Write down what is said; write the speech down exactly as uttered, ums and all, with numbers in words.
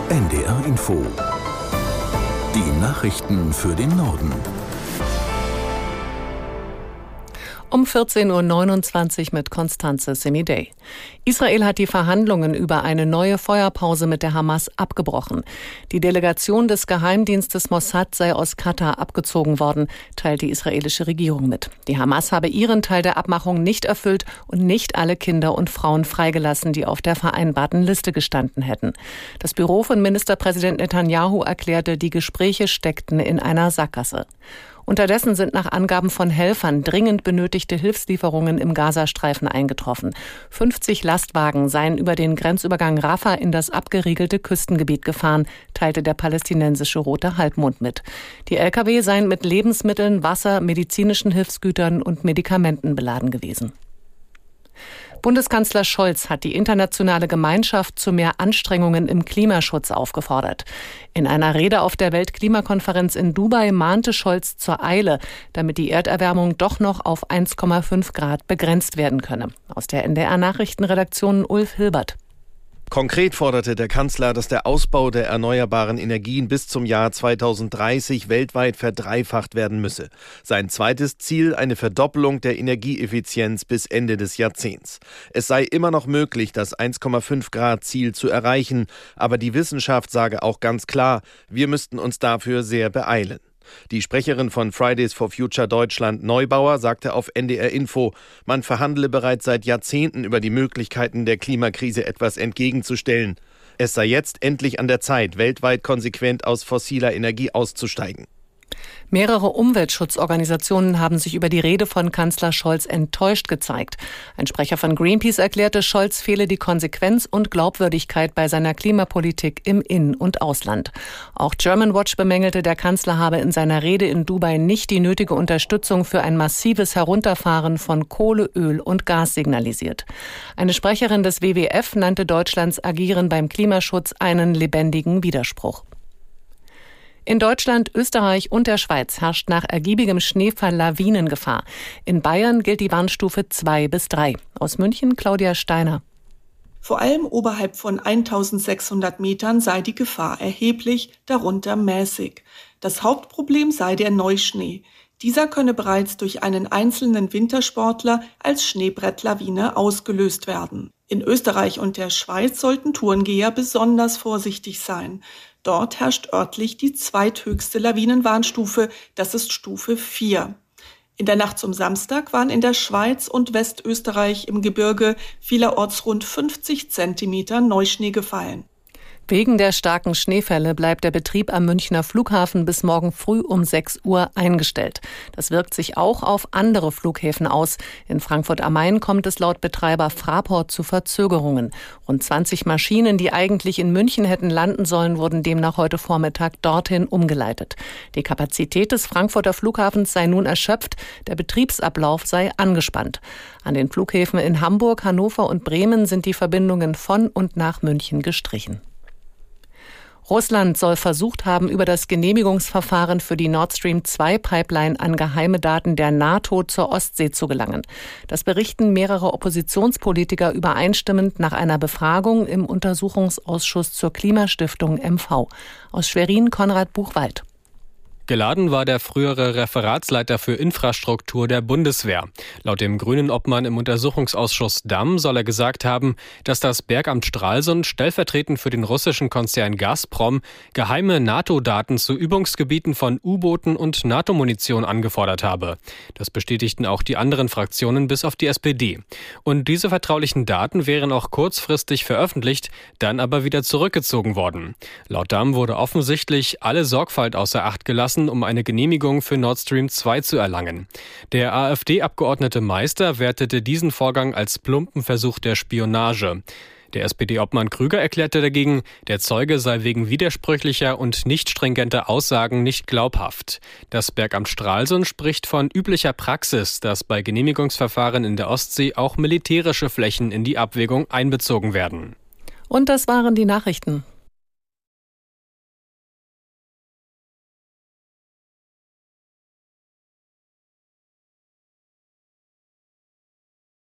N D R Info. Die Nachrichten für den Norden. Um vierzehn Uhr neunundzwanzig mit Konstanze Semidey. Israel hat die Verhandlungen über eine neue Feuerpause mit der Hamas abgebrochen. Die Delegation des Geheimdienstes Mossad sei aus Katar abgezogen worden, teilt die israelische Regierung mit. Die Hamas habe ihren Teil der Abmachung nicht erfüllt und nicht alle Kinder und Frauen freigelassen, die auf der vereinbarten Liste gestanden hätten. Das Büro von Ministerpräsident Netanyahu erklärte, die Gespräche steckten in einer Sackgasse. Unterdessen sind nach Angaben von Helfern dringend benötigte Hilfslieferungen im Gazastreifen eingetroffen. fünfzig Lastwagen seien über den Grenzübergang Rafah in das abgeriegelte Küstengebiet gefahren, teilte der palästinensische Rote Halbmond mit. Die L K W seien mit Lebensmitteln, Wasser, medizinischen Hilfsgütern und Medikamenten beladen gewesen. Bundeskanzler Scholz hat die internationale Gemeinschaft zu mehr Anstrengungen im Klimaschutz aufgefordert. In einer Rede auf der Weltklimakonferenz in Dubai mahnte Scholz zur Eile, damit die Erderwärmung doch noch auf eins Komma fünf Grad begrenzt werden könne. Aus der N D R-Nachrichtenredaktion Ulf Hilbert. Konkret forderte der Kanzler, dass der Ausbau der erneuerbaren Energien bis zum Jahr zweitausenddreißig weltweit verdreifacht werden müsse. Sein zweites Ziel, eine Verdoppelung der Energieeffizienz bis Ende des Jahrzehnts. Es sei immer noch möglich, das eins Komma fünf Grad Ziel zu erreichen, aber die Wissenschaft sage auch ganz klar, wir müssten uns dafür sehr beeilen. Die Sprecherin von Fridays for Future Deutschland, Neubauer, sagte auf N D R Info, man verhandle bereits seit Jahrzehnten über die Möglichkeiten der Klimakrise etwas entgegenzustellen. Es sei jetzt endlich an der Zeit, weltweit konsequent aus fossiler Energie auszusteigen. Mehrere Umweltschutzorganisationen haben sich über die Rede von Kanzler Scholz enttäuscht gezeigt. Ein Sprecher von Greenpeace erklärte, Scholz fehle die Konsequenz und Glaubwürdigkeit bei seiner Klimapolitik im In- und Ausland. Auch Germanwatch bemängelte, der Kanzler habe in seiner Rede in Dubai nicht die nötige Unterstützung für ein massives Herunterfahren von Kohle, Öl und Gas signalisiert. Eine Sprecherin des W W F nannte Deutschlands Agieren beim Klimaschutz einen lebendigen Widerspruch. In Deutschland, Österreich und der Schweiz herrscht nach ergiebigem Schneefall Lawinengefahr. In Bayern gilt die Warnstufe zwei bis drei. Aus München Claudia Steiner. Vor allem oberhalb von eintausendsechshundert Metern sei die Gefahr erheblich, darunter mäßig. Das Hauptproblem sei der Neuschnee. Dieser könne bereits durch einen einzelnen Wintersportler als Schneebrettlawine ausgelöst werden. In Österreich und der Schweiz sollten Tourengeher besonders vorsichtig sein. Dort herrscht örtlich die zweithöchste Lawinenwarnstufe, das ist Stufe vier. In der Nacht zum Samstag waren in der Schweiz und Westösterreich im Gebirge vielerorts rund fünfzig Zentimeter Neuschnee gefallen. Wegen der starken Schneefälle bleibt der Betrieb am Münchner Flughafen bis morgen früh um sechs Uhr eingestellt. Das wirkt sich auch auf andere Flughäfen aus. In Frankfurt am Main kommt es laut Betreiber Fraport zu Verzögerungen. Rund zwanzig Maschinen, die eigentlich in München hätten landen sollen, wurden demnach heute Vormittag dorthin umgeleitet. Die Kapazität des Frankfurter Flughafens sei nun erschöpft, der Betriebsablauf sei angespannt. An den Flughäfen in Hamburg, Hannover und Bremen sind die Verbindungen von und nach München gestrichen. Russland soll versucht haben, über das Genehmigungsverfahren für die Nord Stream zwei Pipeline an geheime Daten der NATO zur Ostsee zu gelangen. Das berichten mehrere Oppositionspolitiker übereinstimmend nach einer Befragung im Untersuchungsausschuss zur Klimastiftung M V. Aus Schwerin Konrad Buchwald. Geladen war der frühere Referatsleiter für Infrastruktur der Bundeswehr. Laut dem grünen Obmann im Untersuchungsausschuss Damm soll er gesagt haben, dass das Bergamt Stralsund stellvertretend für den russischen Konzern Gazprom geheime NATO-Daten zu Übungsgebieten von U-Booten und NATO-Munition angefordert habe. Das bestätigten auch die anderen Fraktionen bis auf die S P D. Und diese vertraulichen Daten wären auch kurzfristig veröffentlicht, dann aber wieder zurückgezogen worden. Laut Damm wurde offensichtlich alle Sorgfalt außer Acht gelassen, um eine Genehmigung für Nord Stream zwei zu erlangen. Der AfD-Abgeordnete Meister wertete diesen Vorgang als plumpen Versuch der Spionage. Der S P D-Obmann Krüger erklärte dagegen, der Zeuge sei wegen widersprüchlicher und nicht stringenter Aussagen nicht glaubhaft. Das Bergamt Stralsund spricht von üblicher Praxis, dass bei Genehmigungsverfahren in der Ostsee auch militärische Flächen in die Abwägung einbezogen werden. Und das waren die Nachrichten.